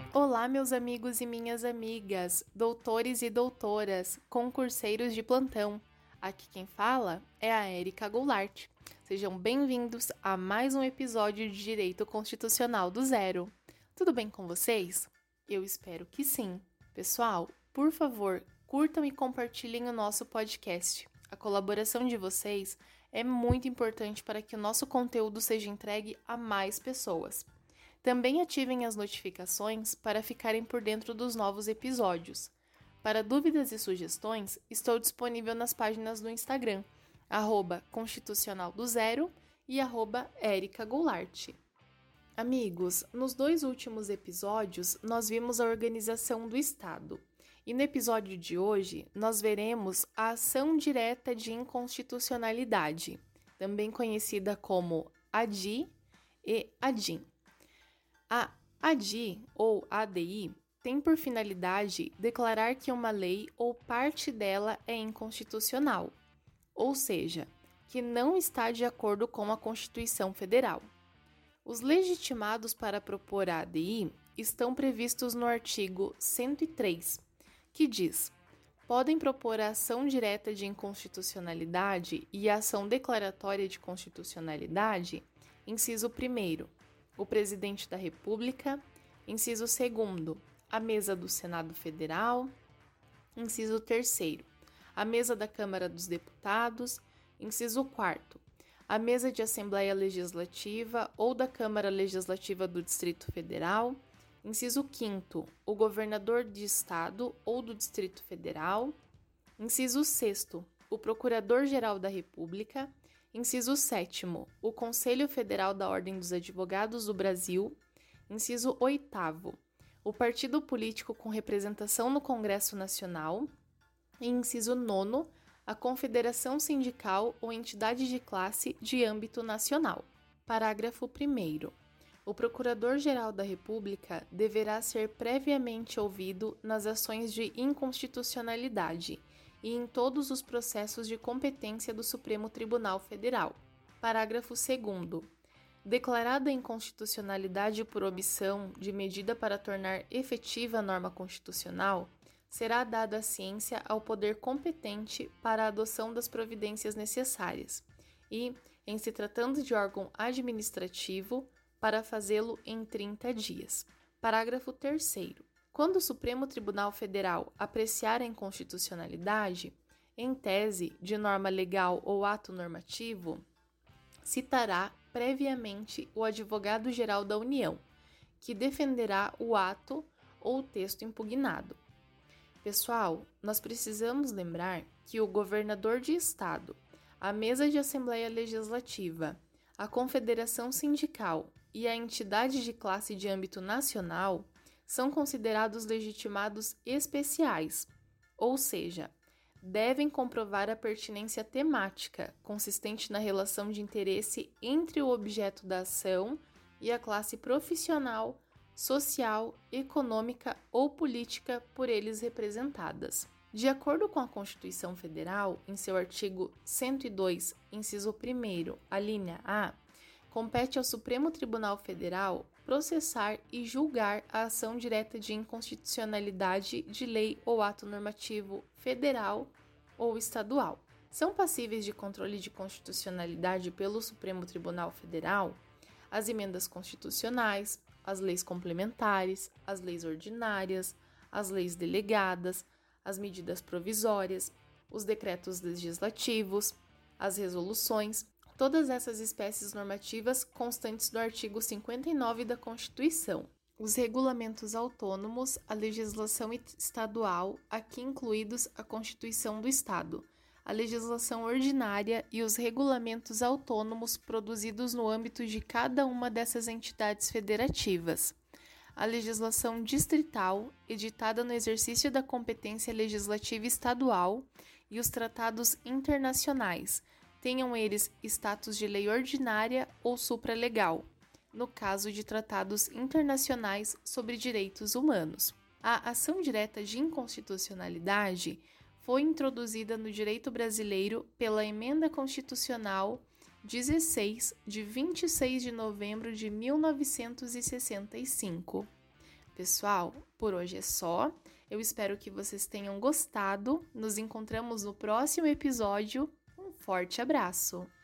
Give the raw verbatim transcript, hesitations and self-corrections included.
Olá, meus amigos e minhas amigas, doutores e doutoras, concurseiros de plantão. Aqui quem fala é a Érica Goulart. Sejam bem-vindos a mais um episódio de Direito Constitucional do Zero. Tudo bem com vocês? Eu espero que sim. Pessoal, por favor, curtam e compartilhem o nosso podcast. A colaboração de vocês é muito importante para que o nosso conteúdo seja entregue a mais pessoas. Também ativem as notificações para ficarem por dentro dos novos episódios. Para dúvidas e sugestões, estou disponível nas páginas do Instagram, arroba Constitucional do Zero e arroba Érica Goulart. Amigos, nos dois últimos episódios, nós vimos a organização do Estado. E no episódio de hoje, nós veremos a ação direta de inconstitucionalidade, também conhecida como A D I e A D I M. A A D I, ou A D I, tem por finalidade declarar que uma lei ou parte dela é inconstitucional, ou seja, que não está de acordo com a Constituição Federal. Os legitimados para propor a A D I estão previstos no artigo cento e três, que diz: podem propor a ação direta de inconstitucionalidade e a ação declaratória de constitucionalidade, inciso primeiro, o Presidente da República, inciso segundo, a Mesa do Senado Federal, inciso terceiro, a Mesa da Câmara dos Deputados, inciso quarto, a Mesa de Assembleia Legislativa ou da Câmara Legislativa do Distrito Federal, inciso quinto, o Governador de Estado ou do Distrito Federal, inciso sexto, o Procurador-Geral da República, inciso sétimo, o Conselho Federal da Ordem dos Advogados do Brasil, inciso oitavo, o partido político com representação no Congresso Nacional, e inciso nono, a confederação sindical ou entidade de classe de âmbito nacional. Parágrafo primeiro. O Procurador-Geral da República deverá ser previamente ouvido nas ações de inconstitucionalidade e em todos os processos de competência do Supremo Tribunal Federal. Parágrafo segundo. Declarada a inconstitucionalidade por omissão de medida para tornar efetiva a norma constitucional, será dada a ciência ao poder competente para a adoção das providências necessárias e, em se tratando de órgão administrativo, para fazê-lo em trinta dias. Parágrafo terceiro. Quando o Supremo Tribunal Federal apreciar a inconstitucionalidade, em tese de norma legal ou ato normativo, citará previamente o Advogado-Geral da União, que defenderá o ato ou o texto impugnado. Pessoal, nós precisamos lembrar que o Governador de Estado, a Mesa de Assembleia Legislativa, a Confederação Sindical e a entidade de classe de âmbito nacional são considerados legitimados especiais, ou seja, devem comprovar a pertinência temática consistente na relação de interesse entre o objeto da ação e a classe profissional, social, econômica ou política por eles representadas. De acordo com a Constituição Federal, em seu artigo cento e dois, inciso primeiro, a linha A, compete ao Supremo Tribunal Federal processar e julgar a ação direta de inconstitucionalidade de lei ou ato normativo federal ou estadual. São passíveis de controle de constitucionalidade pelo Supremo Tribunal Federal as emendas constitucionais, as leis complementares, as leis ordinárias, as leis delegadas, as medidas provisórias, os decretos legislativos, as resoluções, todas essas espécies normativas constantes do artigo cinquenta e nove da Constituição. Os regulamentos autônomos, a legislação estadual, aqui incluídos a Constituição do Estado, a legislação ordinária e os regulamentos autônomos produzidos no âmbito de cada uma dessas entidades federativas, a legislação distrital, editada no exercício da competência legislativa estadual, e os tratados internacionais, tenham eles status de lei ordinária ou supralegal, no caso de tratados internacionais sobre direitos humanos. A ação direta de inconstitucionalidade foi introduzida no direito brasileiro pela Emenda Constitucional dezesseis, de vinte e seis de novembro de mil novecentos e sessenta e cinco. pessoal, por hoje é só. Eu espero que vocês tenham gostado. Nos encontramos no próximo episódio. Um forte abraço!